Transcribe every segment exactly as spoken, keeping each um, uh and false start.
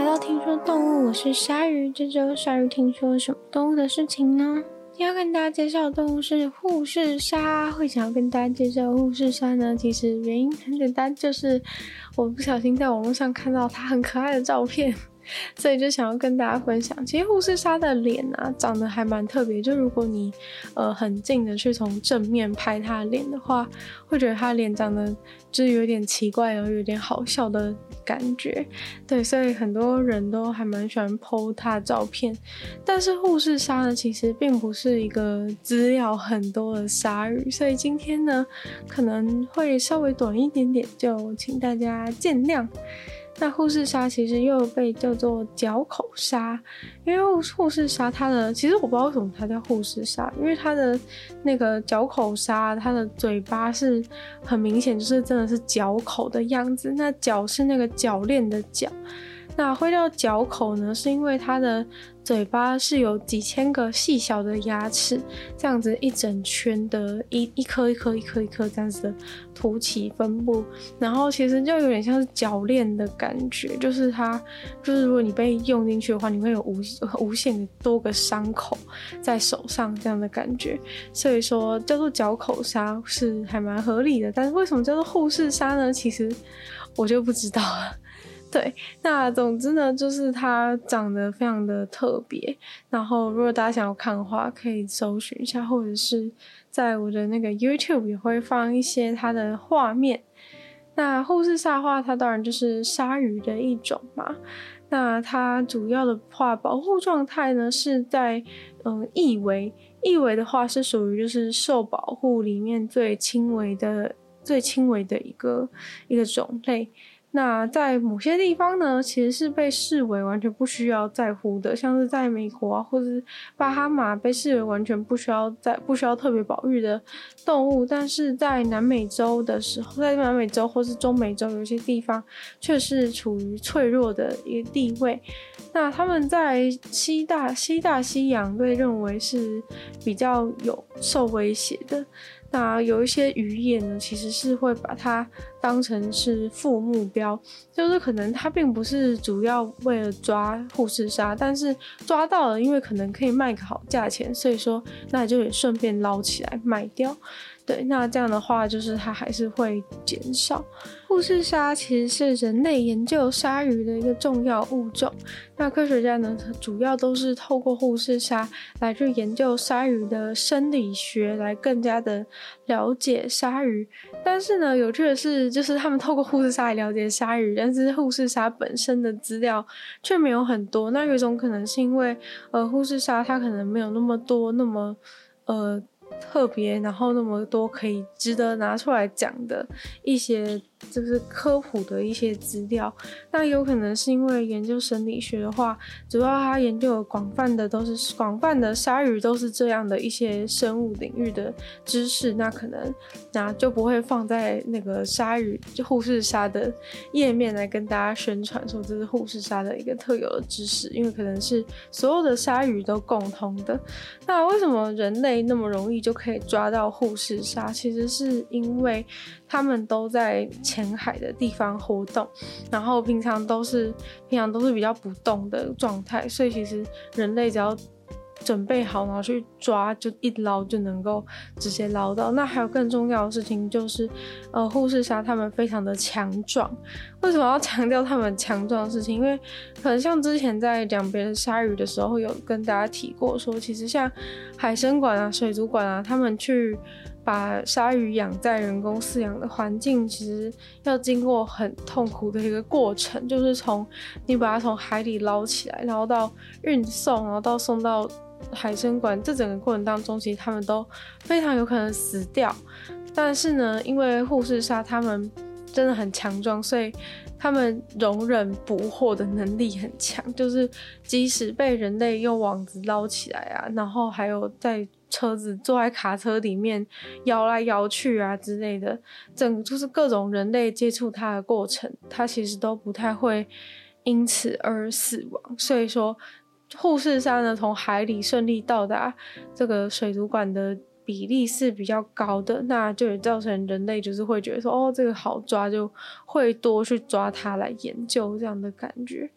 到听说动物，我是鲨鱼。这周鲨鱼听说什么动物的事情呢？今天要跟大家介绍的动物是护士鲨。会想要跟大家介绍护士鲨呢，其实原因很简单，就是我不小心在网络上看到它很可爱的照片，所以就想要跟大家分享。其实护士鲨的脸啊长得还蛮特别，就如果你呃很近的去从正面拍它的脸的话，会觉得它的脸长得就是有点奇怪，然后有点好笑的感觉。对，所以很多人都还蛮喜欢 po 它的照片。但是护士鲨呢，其实并不是一个资料很多的鲨鱼，所以今天呢可能会稍微短一点点，就请大家见谅。那护士鲨其实又被叫做角口鲨，因为护士鲨它的其实我不知道为什么它叫护士鲨，因为它的那个角口鲨，它的嘴巴是很明显就是真的是角口的样子，那角是那个铰链的角。那会叫角口呢，是因为它的嘴巴是有几千个细小的牙齿，这样子一整圈的一一颗一颗一颗一颗这样子的凸起分布，然后其实就有点像是铰链的感觉，就是它就是如果你被用进去的话，你会有无无限的多个伤口在手上这样的感觉，所以说叫做角口鲨是还蛮合理的。但是为什么叫做护士鲨呢？其实我就不知道了。对，那总之呢，就是它长得非常的特别，然后如果大家想要看的话，可以搜寻一下，或者是在我的那个 YouTube 也会放一些它的画面。那护士鲨的话，它当然就是鲨鱼的一种嘛。那它主要的话，保护状态呢是在嗯翼尾，翼尾的话是属于就是受保护里面最轻微的、最轻微的一个一个种类。那在某些地方呢，其实是被视为完全不需要在乎的，像是在美国啊，或是巴哈马被视为完全不需要在不需要特别保育的动物，但是在南美洲的时候，在南美洲或是中美洲有些地方却是处于脆弱的一个地位。那他们在西大西大西洋被认为是比较有受威胁的。那有一些渔业呢，其实是会把它当成是副目标，就是可能它并不是主要为了抓护士鲨，但是抓到了，因为可能可以卖个好价钱，所以说那就也顺便捞起来卖掉。对，那这样的话就是它还是会减少。护士鲨其实是人类研究鲨鱼的一个重要物种。那科学家呢，主要都是透过护士鲨来去研究鲨鱼的生理学，来更加的了解鲨鱼。但是呢，有趣的是，就是他们透过护士鲨来了解鲨鱼，但是护士鲨本身的资料却没有很多。那有一种可能是因为，呃，护士鲨它可能没有那么多，那么呃。特别然后那么多可以值得拿出来讲的一些就是科普的一些资料。那有可能是因为研究生理学的话，主要它研究的广泛的都是广泛的鲨鱼都是这样的一些生物领域的知识，那可能那就不会放在那个鲨鱼就护士鲨的页面来跟大家宣传说这是护士鲨的一个特有的知识，因为可能是所有的鲨鱼都共通的。那为什么人类那么容易就可以抓到护士鲨？其实是因为他们都在浅海的地方活动，然后平常都是平常都是比较不动的状态，所以其实人类只要准备好然后去抓，就一捞就能够直接捞到。那还有更重要的事情就是呃，护士鲨他们非常的强壮。为什么要强调他们强壮的事情？因为可能像之前在讲别的鲨鱼的时候有跟大家提过说，其实像海参馆啊、水族馆啊，他们去把鲨鱼养在人工饲养的环境，其实要经过很痛苦的一个过程，就是从你把它从海里捞起来，然后到运送，然后到送到海参馆，这整个过程当中其实他们都非常有可能死掉。但是呢，因为护士鲨他们真的很强壮，所以他们容忍捕获的能力很强，就是即使被人类用网子捞起来啊，然后还有在车子坐在卡车里面摇来摇去啊之类的，整就是各种人类接触它的过程，它其实都不太会因此而死亡。所以说护士鲨呢从海里顺利到达这个水族馆的比例是比较高的，那就也造成人类就是会觉得说哦这个好抓，就会多去抓它来研究这样的感觉。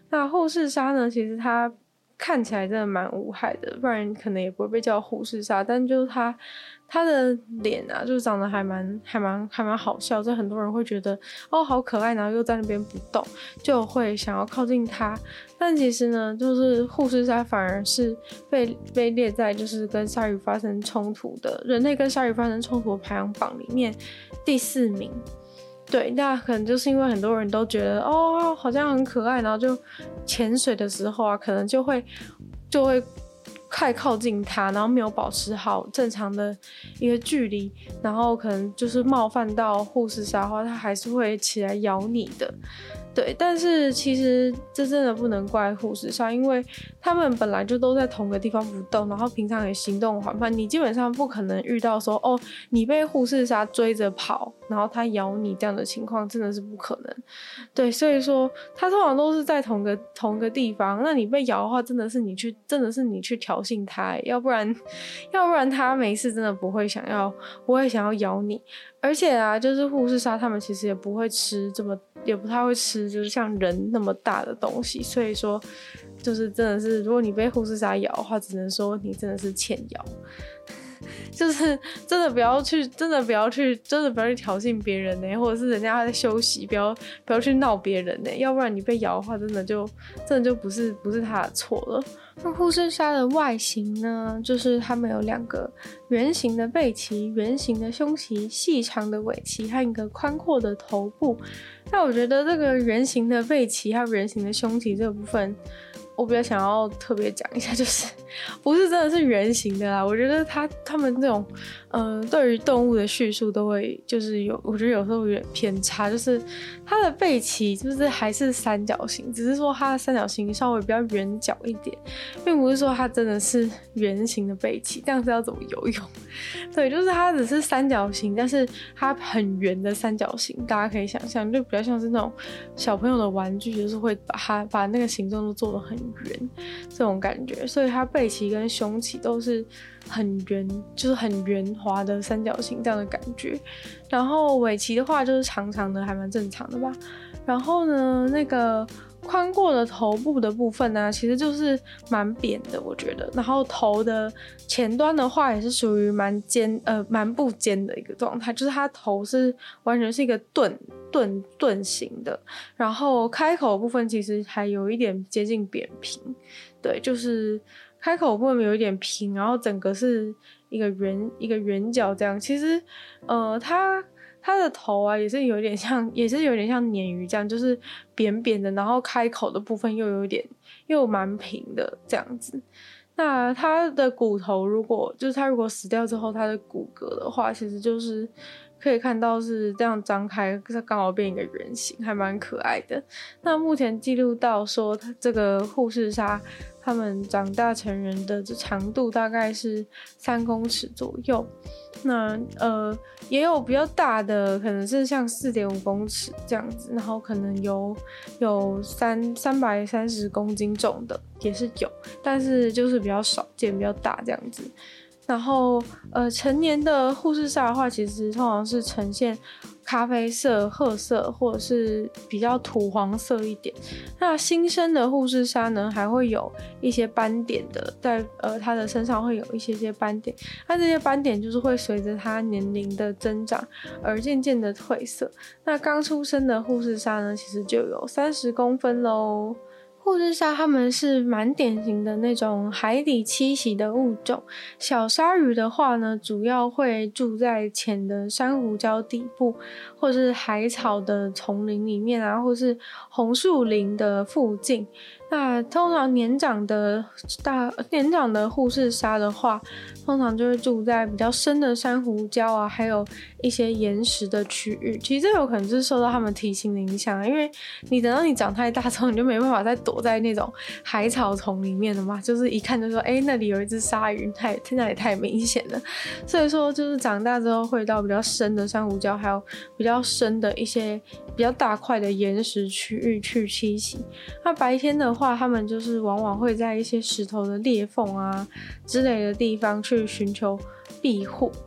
那护士鲨呢，其实它看起来真的蛮无害的，不然可能也不会被叫护士鲨。但就是它它的脸啊，就是长得还蛮还蛮还蛮好笑，就很多人会觉得哦好可爱，然后又在那边不动，就会想要靠近它。但其实呢，就是护士鲨反而是被被列在就是跟鲨鱼发生冲突的人类跟鲨鱼发生冲突的排行榜里面第四名。对，那可能就是因为很多人都觉得哦好像很可爱，然后就潜水的时候啊，可能就会就会太靠近它，然后没有保持好正常的一个距离，然后可能就是冒犯到护士鲨的话，它还是会起来咬你的。对，但是其实这真的不能怪护士鲨，因为他们本来就都在同个地方不动，然后平常也行动缓慢，你基本上不可能遇到说哦你被护士鲨追着跑，然后它咬你这样的情况，真的是不可能。对，所以说它通常都是在同个同个地方，那你被咬的话，真的是你去真的是你去挑衅它，要不然要不然它没事真的不会想要不会想要咬你。而且啊，就是护士鲨他们其实也不会吃这么，也不太会吃，就是像人那么大的东西。所以说，就是真的是，如果你被护士鲨咬的话，只能说你真的是欠咬。就是真的不要去，真的不要去，真的不要去挑衅别人呢、欸，或者是人家在休息，不要不要去闹别人呢、欸，要不然你被咬的话，真的就真的就不是不是他的错了。那护士鲨的外形呢，就是它们有两个圆形的背鳍、圆形的胸鳍、细长的尾鳍和一个宽阔的头部。那我觉得这个圆形的背鳍还有圆形的胸鳍这个部分，我比较想要特别讲一下，就是不是真的是圆形的啦。我觉得它它们这种呃对于动物的叙述都会就是有，我觉得有时候有点偏差，就是它的背鳍就是还是三角形，只是说它的三角形稍微比较圆角一点，并不是说它真的是圆形的背鳍，这样子要怎么游泳？对，就是它只是三角形，但是它很圆的三角形，大家可以想象，就比较像是那种小朋友的玩具，就是会把它把那个形状都做得很圆这种感觉，所以它背鳍跟胸鳍都是很圆，就是很圆滑的三角形这样的感觉。然后尾鳍的话就是长长的，还蛮正常的吧。然后呢，那个宽阔的头部的部分呢、啊，其实就是蛮扁的，我觉得。然后头的前端的话，也是属于蛮尖，呃，蛮不尖的一个状态，就是它头是完全是一个钝钝钝形的。然后开口的部分其实还有一点接近扁平，对，就是开口的部分有一点平，然后整个是一个圆一个圆角这样。其实，呃，它。它的头啊也是有点像，也是有点像鲶鱼这样，就是扁扁的，然后开口的部分又有点又蛮平的这样子。那它的骨头如果就是它如果死掉之后，它的骨骼的话，其实就是可以看到是这样张开，它刚好变一个圆形，还蛮可爱的。那目前记录到说，它这个护士鲨它们长大成人的长度大概是三公尺左右。那呃也有比较大的，可能是像四点五公尺这样子，然后可能有有三三百三十公斤重的也是有，但是就是比较少见，比较大这样子。然后呃成年的护士鲨的话，其实通常是呈现咖啡色、褐色或者是比较土黄色一点。那新生的护士鲨呢，还会有一些斑点的，在呃它的身上会有一些些斑点。那这些斑点就是会随着它年龄的增长而渐渐的褪色。那刚出生的护士鲨呢，其实就有三十公分咯。护士鲨它们是蛮典型的那种海底栖息的物种。小鲨鱼的话呢，主要会住在浅的珊瑚礁底部，或是海草的丛林里面啊，或是红树林的附近。那通常年长的大年长的护士鲨的话，通常就会住在比较深的珊瑚礁啊，还有一些岩石的区域。其实这有可能是受到它们体型的影响，因为你等到你长太大之后，你就没办法再躲在那种海草丛里面了嘛，就是一看就说，哎、欸，那里有一只鲨鱼，太那也太明显了。所以说，就是长大之后会到比较深的珊瑚礁，还有比较深的一些比较大块的岩石区域去栖息。那白天的话，他们就是往往会在一些石头的裂缝啊之类的地方去寻求庇护。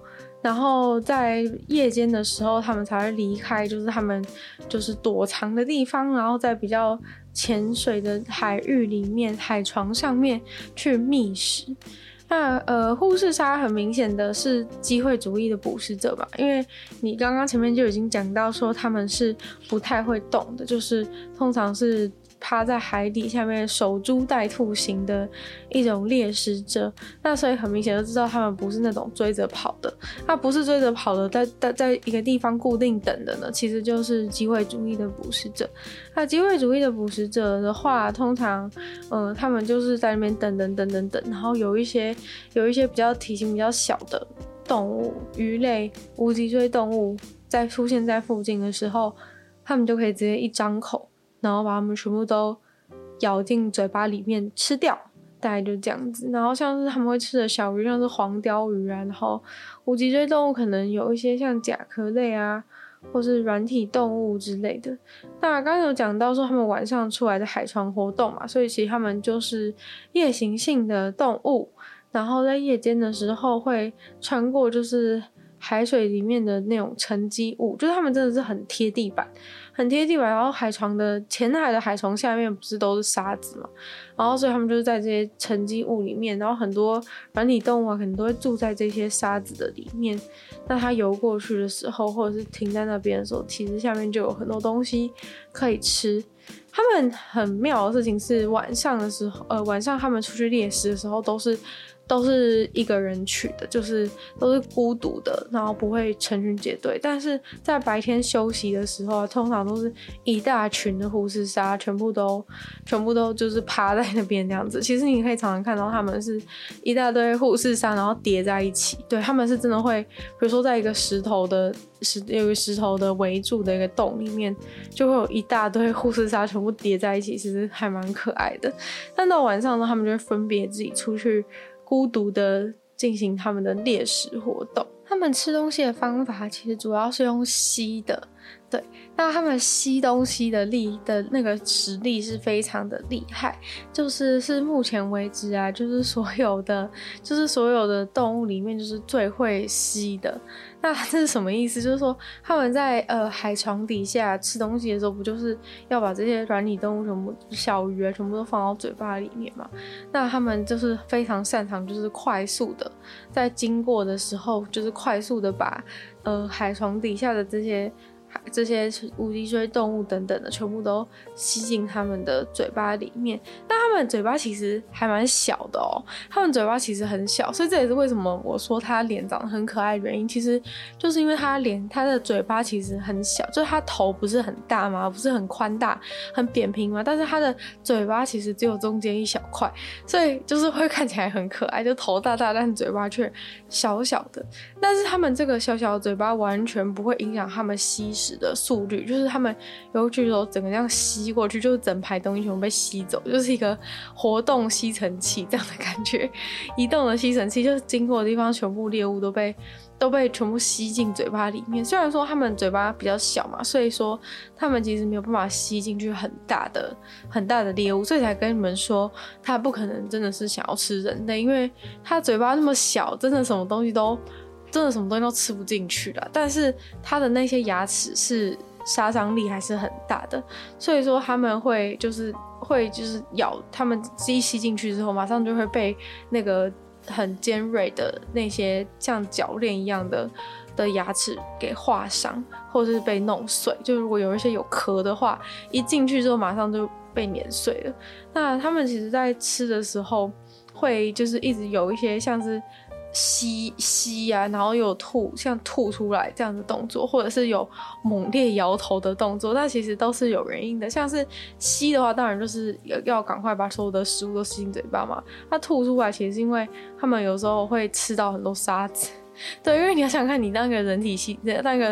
然后在夜间的时候，他们才会离开，就是他们就是躲藏的地方，然后在比较浅水的海域里面、海床上面去觅食。那呃，护士鲨很明显的是机会主义的捕食者嘛，因为你刚刚前面就已经讲到说他们是不太会动的，就是通常是趴在海底下面守株待兔型的一种猎食者，那所以很明显就知道他们不是那种追着跑的，那不是追着跑的，在在在一个地方固定等的呢，其实就是机会主义的捕食者。那机会主义的捕食者的话，通常，呃，他们就是在那边等等等等等，然后有一些有一些比较体型比较小的动物，鱼类、无脊椎动物在出现在附近的时候，他们就可以直接一张口，然后把它们全部都咬进嘴巴里面吃掉，大概就这样子。然后像是他们会吃的小鱼，像是黄鲷鱼啊，然后无脊椎动物可能有一些像甲壳类啊，或是软体动物之类的。那刚刚有讲到说他们晚上出来的海床活动嘛，所以其实他们就是夜行性的动物，然后在夜间的时候会穿过就是海水里面的那种沉积物，就是他们真的是很贴地板很贴地板，然后海床的浅海的海床下面不是都是沙子嘛，然后所以他们就是在这些沉积物里面，然后很多软体动物啊可能都会住在这些沙子的里面，那它游过去的时候或者是停在那边的时候，其实下面就有很多东西可以吃。他们很妙的事情是晚上的时候呃，晚上他们出去猎食的时候都是都是一个人去的，就是都是孤独的，然后不会成群结队。但是在白天休息的时候啊，通常都是一大群的护士鲨，全部都全部都就是趴在那边这样子。其实你可以常常看到他们是一大堆护士鲨，然后叠在一起。对，他们是真的会，比如说在一个石头的石有一个石头的围住的一个洞里面，就会有一大堆护士鲨全部叠在一起，其实还蛮可爱的。但到晚上呢，他们就会分别自己出去孤独的进行他们的猎食活动。他们吃东西的方法其实主要是用吸的，对，那他们吸东西的力的那个实力是非常的厉害，就是是目前为止啊，就是所有的就是所有的动物里面就是最会吸的。那这是什么意思？就是说他们在呃海床底下吃东西的时候，不就是要把这些软体动物全部小鱼啊全部都放到嘴巴里面嘛？那他们就是非常擅长，就是快速的在经过的时候，就是快速的把呃海床底下的这些这些无脊椎动物等等的全部都吸进他们的嘴巴里面。但他们嘴巴其实还蛮小的哦，他们嘴巴其实很小，所以这也是为什么我说他脸长得很可爱的原因，其实就是因为他脸他的嘴巴其实很小，就是他头不是很大嘛，不是很宽大很扁平嘛，但是他的嘴巴其实只有中间一小块，所以就是会看起来很可爱，就头大大但嘴巴却小小的。但是他们这个小小的嘴巴完全不会影响他们吸食的速率，就是他们游去的时候整个这样吸过去，就是整排东西全部被吸走，就是一个活动吸尘器这样的感觉，移动的吸尘器，就是经过的地方全部猎物都被都被全部吸进嘴巴里面。虽然说他们嘴巴比较小嘛，所以说他们其实没有办法吸进去很大的很大的猎物，所以才跟你们说他不可能真的是想要吃人类，因为他嘴巴那么小，真的什么东西都真的什么东西都吃不进去啦。但是他的那些牙齿是杀伤力还是很大的，所以说他们会就是会就是咬，他们一吸进去之后马上就会被那个很尖锐的那些像铰链一样的的牙齿给划伤，或者是被弄碎，就如果有一些有壳的话，一进去之后马上就被碾碎了。那他们其实在吃的时候会就是一直有一些像是吸吸啊，然后有吐像吐出来这样的动作，或者是有猛烈摇头的动作，那其实都是有原因的。像是吸的话当然就是要赶快把所有的食物都吸进嘴巴嘛，那吐出来其实是因为他们有时候会吃到很多沙子，对，因为你要想看你那个人体吸那个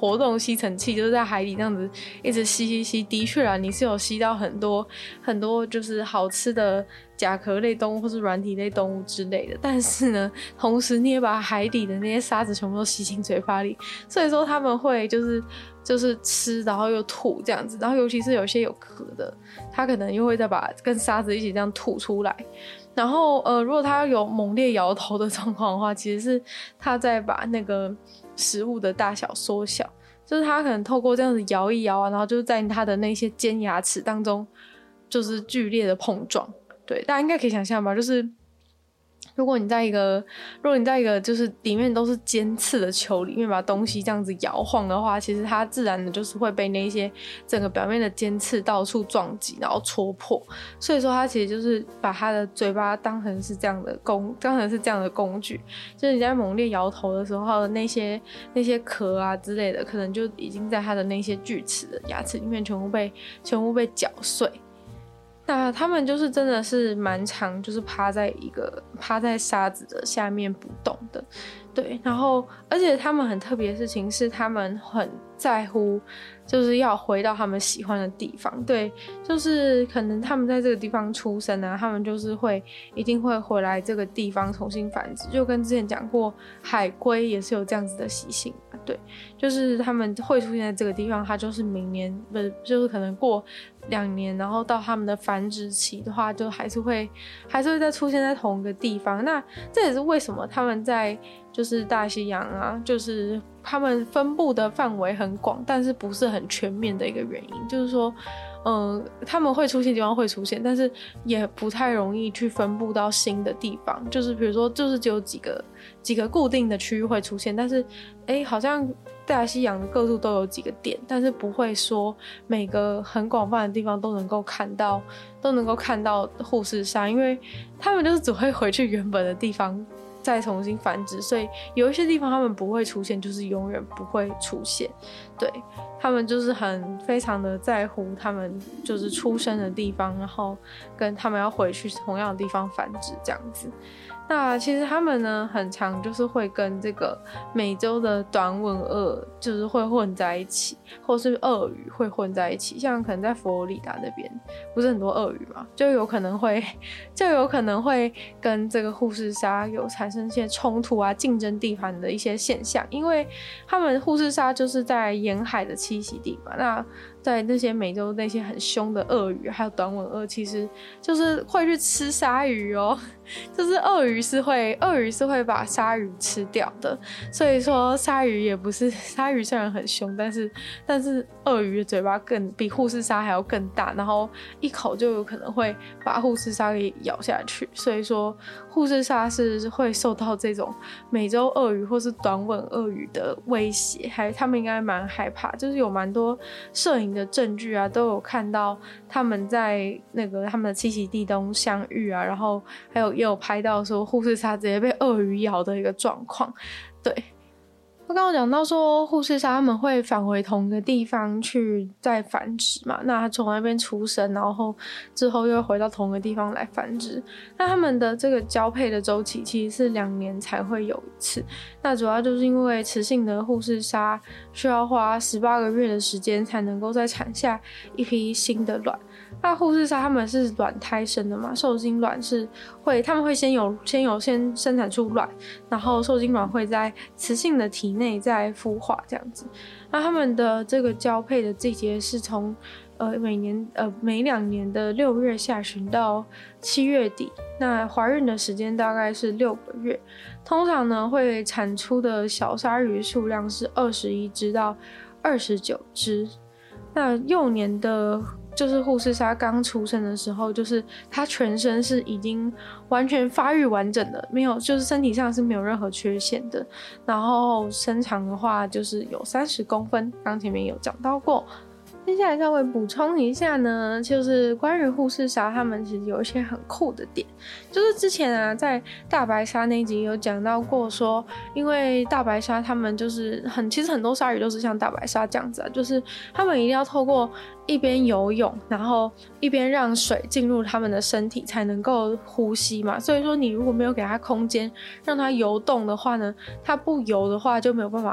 活动吸尘器，就是在海底这样子一直吸吸吸，的确啊，你是有吸到很多很多就是好吃的甲壳类动物或是软体类动物之类的，但是呢，同时你也把海底的那些沙子全部都吸进嘴巴里，所以说他们会就是就是吃，然后又吐这样子，然后尤其是有些有壳的，它可能又会再把跟沙子一起这样吐出来。然后呃，如果它有猛烈摇头的状况的话，其实是它在把那个食物的大小缩小，就是它可能透过这样子摇一摇啊，然后就是在它的那些尖牙齿当中就是剧烈的碰撞。对，大家应该可以想象吧，就是如果你在一个如果你在一个就是里面都是尖刺的球里面把东西这样子摇晃的话，其实它自然的就是会被那些整个表面的尖刺到处撞击然后戳破，所以说它其实就是把它的嘴巴当成是这样的工当成是这样的工具，就是你在猛烈摇头的时候那些那些壳啊之类的可能就已经在它的那些锯齿的牙齿里面全部被全部被搅碎。那他们就是真的是蛮常就是趴在一个趴在沙子的下面不动的，对，然后而且他们很特别的事情是他们很在乎就是要回到他们喜欢的地方，对，就是可能他们在这个地方出生啊，他们就是会一定会回来这个地方重新繁殖，就跟之前讲过海龟也是有这样子的习性，对，就是他们会出现在这个地方，它就是明年不是就是可能过两年，然后到他们的繁殖期的话就还是会还是会再出现在同一个地方。那这也是为什么他们在就是大西洋啊，就是他们分布的范围很广，但是不是很全面的一个原因，就是说嗯，他们会出现的地方会出现，但是也不太容易去分布到新的地方，就是比如说就是只有几个几个固定的区域会出现，但是哎，好像大西洋的各处都有几个点，但是不会说每个很广泛的地方都能够看到都能够看到护士鲨，因为他们就是只会回去原本的地方再重新繁殖，所以有一些地方他们不会出现，就是永远不会出现。对，他们就是很非常的在乎他们就是出生的地方，然后跟他们要回去同样的地方繁殖这样子。那其实他们呢很常就是会跟这个美洲的短吻鳄就是会混在一起，或是鳄鱼会混在一起，像可能在佛罗里达那边不是很多鳄鱼嘛，就有可能会就有可能会跟这个护士鲨有产生一些冲突啊，竞争地盘的一些现象，因为他们护士鲨就是在沿海的栖息地嘛，那在那些美洲那些很凶的鳄鱼还有短吻鳄其实就是会去吃鲨鱼哦，就是鳄鱼是会鳄鱼是会把鲨鱼吃掉的，所以说鲨鱼也不是鲨鱼虽然很凶，但是但是鳄鱼的嘴巴更比护士鲨还要更大，然后一口就有可能会把护士鲨给咬下去，所以说护士鲨是会受到这种美洲鳄鱼或是短吻鳄鱼的威胁，还他们应该蛮害怕，就是有蛮多摄影的证据啊都有看到他们在那个他们的栖息地中相遇啊，然后还有也有拍到说护士鲨直接被鳄鱼咬的一个状况。对，我刚刚讲到说护士鲨他们会返回同一个地方去再繁殖嘛，那他从那边出生，然后之后又回到同一个地方来繁殖，那他们的这个交配的周期其实是两年才会有一次，那主要就是因为雌性的护士鲨需要花十八个月的时间才能够再产下一批新的卵，那护士鲨他们是卵胎生的嘛，受精卵是会他们会先有先有先生产出卵，然后受精卵会在雌性的体内再孵化这样子。那他们的这个交配的季节是从呃每年呃每两年的六月下旬到七月底，那怀孕的时间大概是六个月，通常呢会产出的小鲨鱼数量是二十一只到二十九只。那幼年的就是护士鲨刚出生的时候，就是它全身是已经完全发育完整的，没有就是身体上是没有任何缺陷的，然后身长的话就是有三十公分，刚前面有讲到过。接下来稍微补充一下呢，就是关于护士鲨他们其实有一些很酷的点，就是之前啊在大白鲨那一集有讲到过说，因为大白鲨他们就是很其实很多鲨鱼都是像大白鲨这样子啊，就是他们一定要透过一边游泳然后一边让水进入他们的身体才能够呼吸嘛，所以说你如果没有给它空间让它游动的话呢，它不游的话就没有办法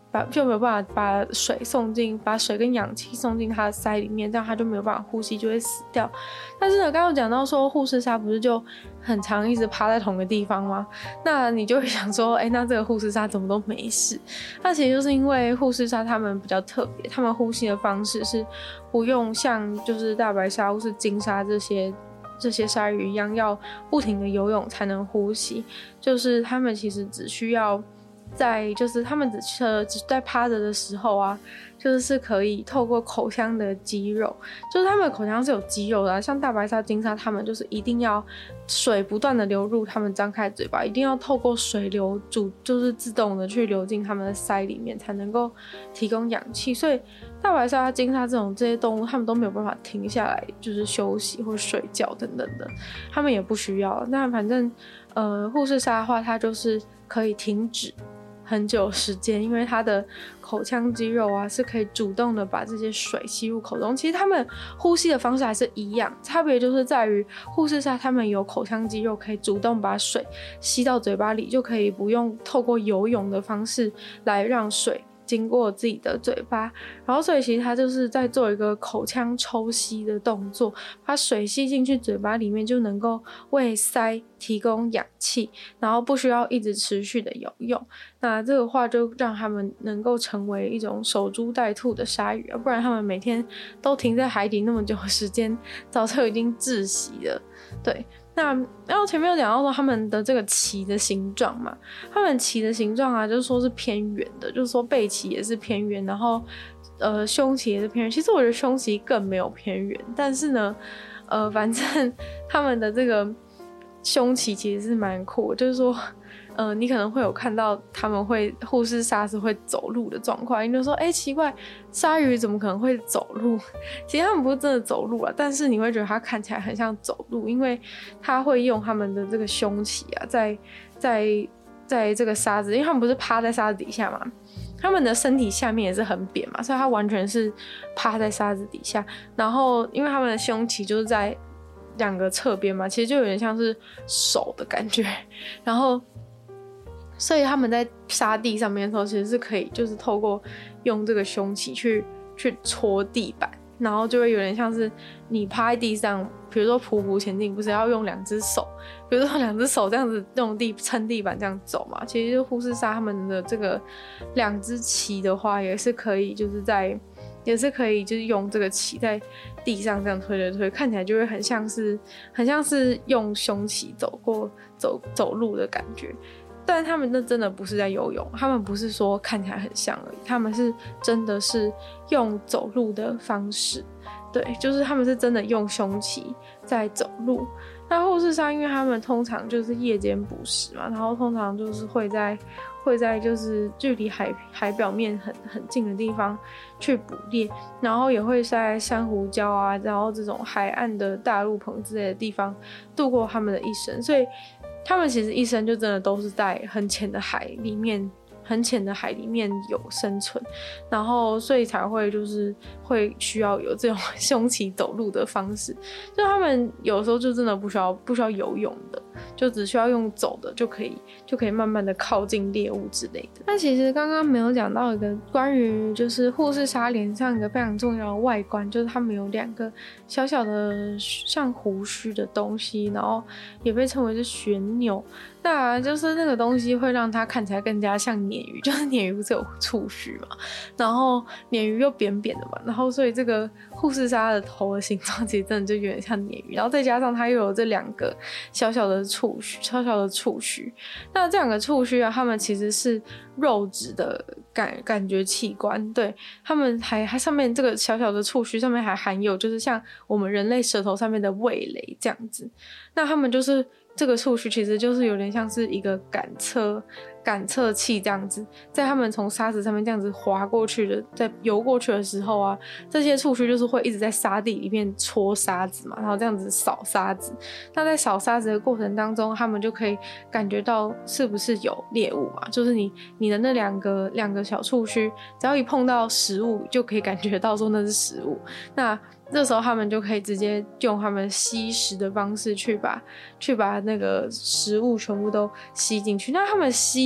把就没有办法把水送进，把水跟氧气送进它的鳃里面，这样它就没有办法呼吸，就会死掉。但是呢，刚刚讲到说护士鲨不是就很常一直趴在同个地方吗？那你就会想说，哎、欸，那这个护士鲨怎么都没事？那其实就是因为护士鲨它们比较特别，它们呼吸的方式是不用像就是大白鲨或是金鲨这些。这些鲨鱼一样要不停的游泳才能呼吸，就是他们其实只需要在就是他们只只在趴着的时候啊，就是是可以透过口腔的肌肉，就是他们的口腔是有肌肉的、啊，像大白鲨、金鲨他们就是一定要水不断的流入他们张开嘴巴，一定要透过水流主就是自动的去流进他们的鳃里面才能够提供氧气，所以大白鲨、金鲨这种这些动物他们都没有办法停下来就是休息或睡觉等等的，他们也不需要。那反正呃护士鲨的话它就是可以停止很久时间，因为它的口腔肌肉啊是可以主动的把这些水吸入口中。其实它们呼吸的方式还是一样，差别就是在于护士鲨它们有口腔肌肉可以主动把水吸到嘴巴里，就可以不用透过游泳的方式来让水经过自己的嘴巴，然后所以其实它就是在做一个口腔抽吸的动作，把水吸进去嘴巴里面就能够为鳃提供氧气，然后不需要一直持续的游泳。那这个话就让他们能够成为一种守株待兔的鲨鱼，不然他们每天都停在海底那么久的时间，早就已经窒息了。对。那然后前面有讲到说他们的这个鳍的形状嘛，他们鳍的形状啊，就是说是偏圆的，就是说背鳍也是偏圆，然后呃胸鳍也是偏圆。其实我觉得胸鳍更没有偏圆，但是呢，呃，反正他们的这个胸鳍其实是蛮酷的，就是说。呃，你可能会有看到他们会护士鲨是会走路的状况，你就说，哎、欸，奇怪，鲨鱼怎么可能会走路？其实他们不是真的走路啊，但是你会觉得它看起来很像走路，因为它会用他们的这个胸鳍啊，在在在这个沙子，因为他们不是趴在沙子底下嘛，他们的身体下面也是很扁嘛，所以它完全是趴在沙子底下，然后因为他们的胸鳍就是在两个侧边嘛，其实就有点像是手的感觉，然后。所以他们在沙地上面的时候，其实是可以就是透过用这个胸鳍去去戳地板，然后就会有点像是你趴在地上，比如说匍匐前进，不是要用两只手，比如说两只手这样子用地撑地板这样走嘛？其实就护士鲨他们的这个两只鳍的话，也是可以就是在也是可以就是用这个鳍在地上这样推推推，看起来就会很像是很像是用胸鳍走过走走路的感觉。但他们那真的不是在游泳，他们不是说看起来很像而已，他们是真的是用走路的方式，对，就是他们是真的用胸鳍在走路。那护士鲨因为他们通常就是夜间捕食嘛，然后通常就是会在会在就是距离海海表面很很近的地方去捕猎，然后也会在珊瑚礁啊，然后这种海岸的大陆棚之类的地方度过他们的一生，所以他们其实一生就真的都是在很浅的海里面很浅的海里面有生存，然后所以才会就是会需要有这种胸鳍走路的方式，就他们有时候就真的不需要不需要游泳的，就只需要用走的就可以就可以慢慢的靠近猎物之类的。那其实刚刚没有讲到一个关于就是护士鲨脸上一个非常重要的外观，就是他们有两个小小的像胡须的东西，然后也被称为是旋钮。那就是那个东西会让它看起来更加像鲶鱼，就是鲶鱼不是有触须嘛，然后鲶鱼又扁扁的嘛，然后所以这个护士鲨的头的形状其实真的就有点像鲶鱼，然后再加上它又有这两个小小的触须，小小的触须。那这两个触须啊，它们其实是肉质的感感觉器官，对，它们还还上面这个小小的触须上面还含有就是像我们人类舌头上面的味蕾这样子，那它们就是这个触须其实就是有点像是一个感测感测器这样子，在他们从沙子上面这样子滑过去的，在游过去的时候啊，这些触须就是会一直在沙地里面戳沙子嘛，然后这样子扫沙子。那在扫沙子的过程当中，他们就可以感觉到是不是有猎物嘛，就是你你的那两个两个小触须，只要一碰到食物，就可以感觉到说那是食物。那这时候他们就可以直接用他们吸食的方式去把去把那个食物全部都吸进去。那他们吸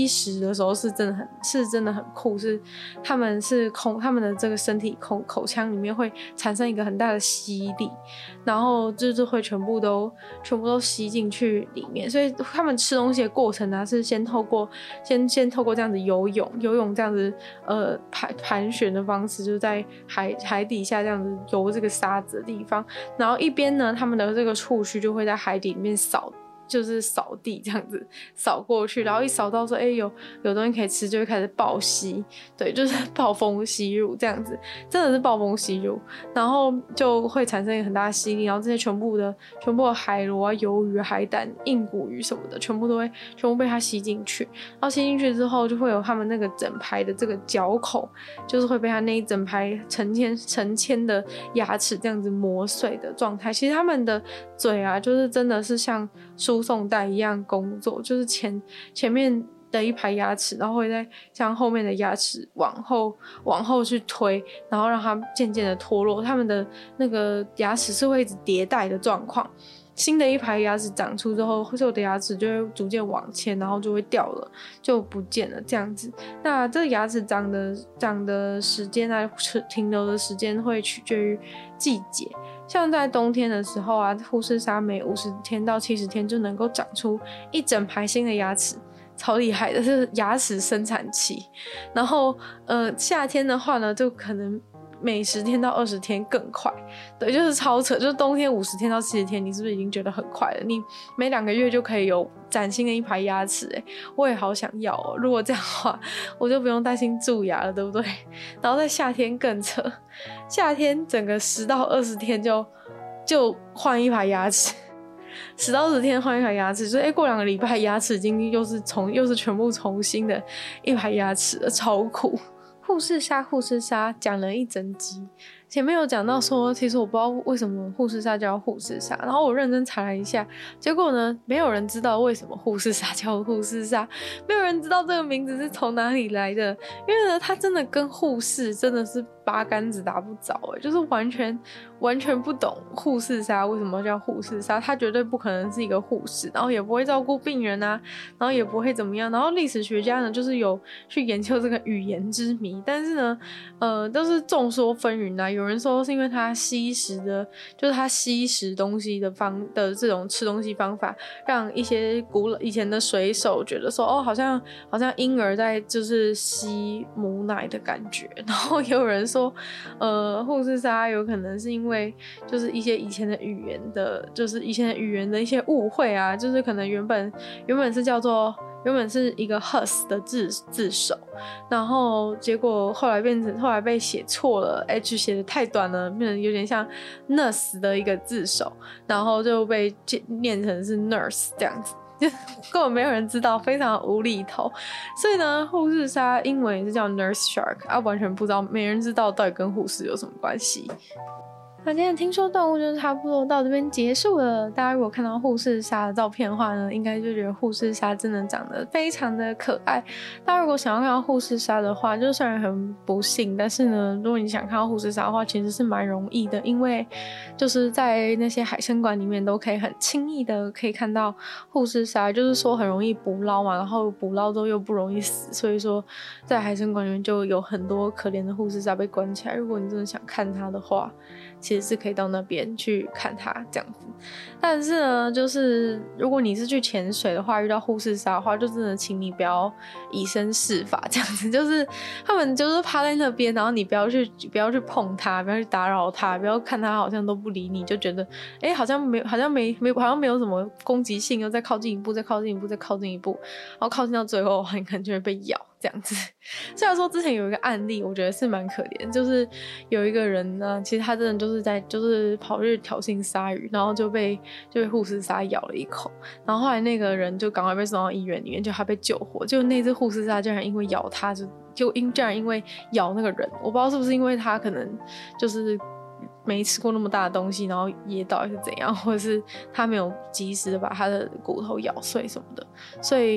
吸食的时候是真的很是真的很酷，是他们是空他们的这个身体口口腔里面会产生一个很大的吸力，然后就是会全部都全部都吸进去里面，所以他们吃东西的过程呢是先透过先先透过这样子游泳游泳这样子呃盘盘旋的方式，就是在海海底下这样子游这个沙子的地方，然后一边呢他们的这个触须就会在海底里面扫。就是扫地这样子扫过去，然后一扫到说，哎、欸，有有东西可以吃，就会开始暴吸，对，就是暴风吸入这样子，真的是暴风吸入，然后就会产生一个很大的吸力，然后这些全部的全部的海螺啊、鱿鱼、海胆、硬骨鱼什么的，全部都会全部被它吸进去，然后吸进去之后，就会有他们那个整排的这个角口，就是会被它那一整排成千成千的牙齿这样子磨碎的状态。其实他们的嘴啊，就是真的是像输送带一样工作，就是前前面的一排牙齿，然后会再将后面的牙齿往后往后去推，然后让它渐渐的脱落。他们的那个牙齿是会一直迭代的状况，新的一排牙齿长出之后，旧的牙齿就会逐渐往前，然后就会掉了，就不见了这样子。那这个牙齿长的长的时间啊，停留的时间会取决于季节。像在冬天的时候啊，富士沙每五十天到七十天就能够长出一整排新的牙齿，超厉害的，是牙齿生产期。然后呃，夏天的话呢，就可能每十天到二十天更快，对，就是超扯。就是冬天五十天到七十天，你是不是已经觉得很快了？你每两个月就可以有崭新的一排牙齿，哎，我也好想要哦。如果这样的话，我就不用担心蛀牙了，对不对？然后在夏天更扯，夏天整个十到二十天就就换一排牙齿。十到二十天换一排牙齿，就是哎、欸，过两个礼拜牙齿已经又是重又是全部重新的一排牙齿了，超酷。护士鲨护士鲨讲了一整集，前面有讲到说，其实我不知道为什么护士鲨叫护士鲨，然后我认真查了一下，结果呢，没有人知道为什么护士鲨叫护士鲨，没有人知道这个名字是从哪里来的，因为呢，它真的跟护士真的是八竿子打不着，哎，就是完全完全不懂护士鲨为什么叫护士鲨，它绝对不可能是一个护士，然后也不会照顾病人啊，然后也不会怎么样，然后历史学家呢，就是有去研究这个语言之谜，但是呢，呃，都是众说纷纭啊，有人说是因为它吸食的，就是它吸食东西的方的这种吃东西方法，让一些古老以前的水手觉得说，哦，好像好像婴儿在就是吸母奶的感觉，然后也有人说，呃，护士鲨有可能是因为就是一些以前的语言的，就是以前的语言的一些误会啊，就是可能原本原本是叫做。原本是一个 hus 的字字首，然后结果后来变成后来被写错了 ，h 写的太短了，变成有点像 nurse 的一个字首，然后就被念成是 nurse 这样子，就根本没有人知道，非常无厘头。所以呢，护士鲨英文也是叫 nurse shark， 啊，完全不知道，没人知道到底跟护士有什么关系。那今天的听说动物就差不多到这边结束了。大家如果看到护士鲨的照片的话呢，应该就觉得护士鲨真的长得非常的可爱。大家如果想要看到护士鲨的话，就虽然很不幸，但是呢，如果你想看到护士鲨的话，其实是蛮容易的，因为就是在那些海参馆里面都可以很轻易的可以看到护士鲨，就是说很容易捕捞嘛，然后捕捞之后又不容易死，所以说在海参馆里面就有很多可怜的护士鲨被关起来。如果你真的想看它的话，其实是可以到那边去看它这样子，但是呢，就是如果你是去潜水的话，遇到护士鲨的话，就真的请你不要以身试法这样子，就是他们就是趴在那边，然后你不要去不要去碰它，不要去打扰它，不要看它好像都不理你，就觉得哎、欸、好像没好像没没好像没有什么攻击性，又再靠近一步，再靠近一步，再靠近一步，然后靠近到最后的话，你可能就会被咬这样子。虽然说之前有一个案例，我觉得是蛮可怜，就是有一个人呢，其实他真的就是在就是跑去挑衅鲨鱼，然后就被就被护士鲨咬了一口，然后后来那个人就赶快被送到医院里面，就他被救活，就那只护士鲨竟然因为咬他就就因竟然因为咬那个人，我不知道是不是因为他可能就是没吃过那么大的东西，然后噎到还是怎样，或者是他没有及时的把他的骨头咬碎什么的，所以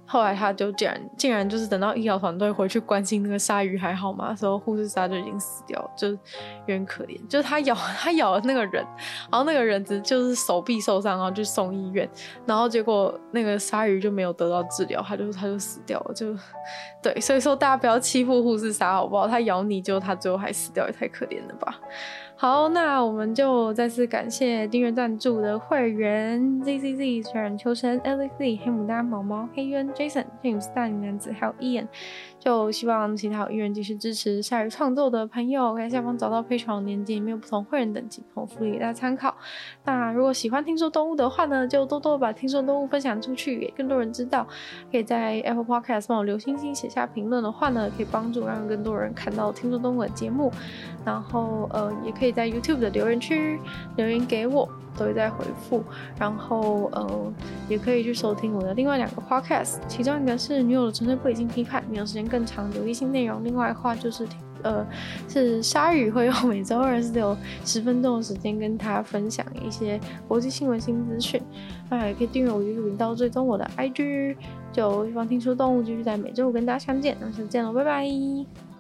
后来他就竟然竟然就是等到医疗团队回去关心那个鲨鱼还好吗的时候，护士鲨就已经死掉了，就有点可怜。就是他咬他咬了那个人，然后那个人只就是手臂受伤，然后就送医院，然后结果那个鲨鱼就没有得到治疗，他就他就死掉了。就对，所以说大家不要欺负护士鲨好不好？他咬你，就他最后还死掉，也太可怜了吧。好，那我们就再次感谢订阅赞助的会员 Z Z Z、水染秋生、Alex Lee、黑牡丹、毛毛、黑渊、Jason、James、大龄男子还有 Ian。就希望其他有意愿继续支持鲨鱼创作的朋友，可以在下方找到 Patreon 连结，里面有不同会员等级和福利给大家参考。那如果喜欢听说动物的话呢，就多多把听说动物分享出去，给更多人知道。可以在 Apple Podcast 帮我留星星、写下评论的话呢，可以帮助让更多人看到听说动物的节目。然后呃，也可以在 YouTube 的留言区留言给我，都会在回复。然后呃，也可以去收听我的另外两个 Podcast， 其中一个是女友的纯粹不理性批判，女友时间更长有益性内容。另外的话就是呃，是鲨鱼会用每周二是有十分钟的时间跟大家分享一些国际新闻新资讯。那也可以订阅我 YouTube 频道，追踪我的 I G。就希望听说动物继续在每周五跟大家相见，那下次见喽，拜拜。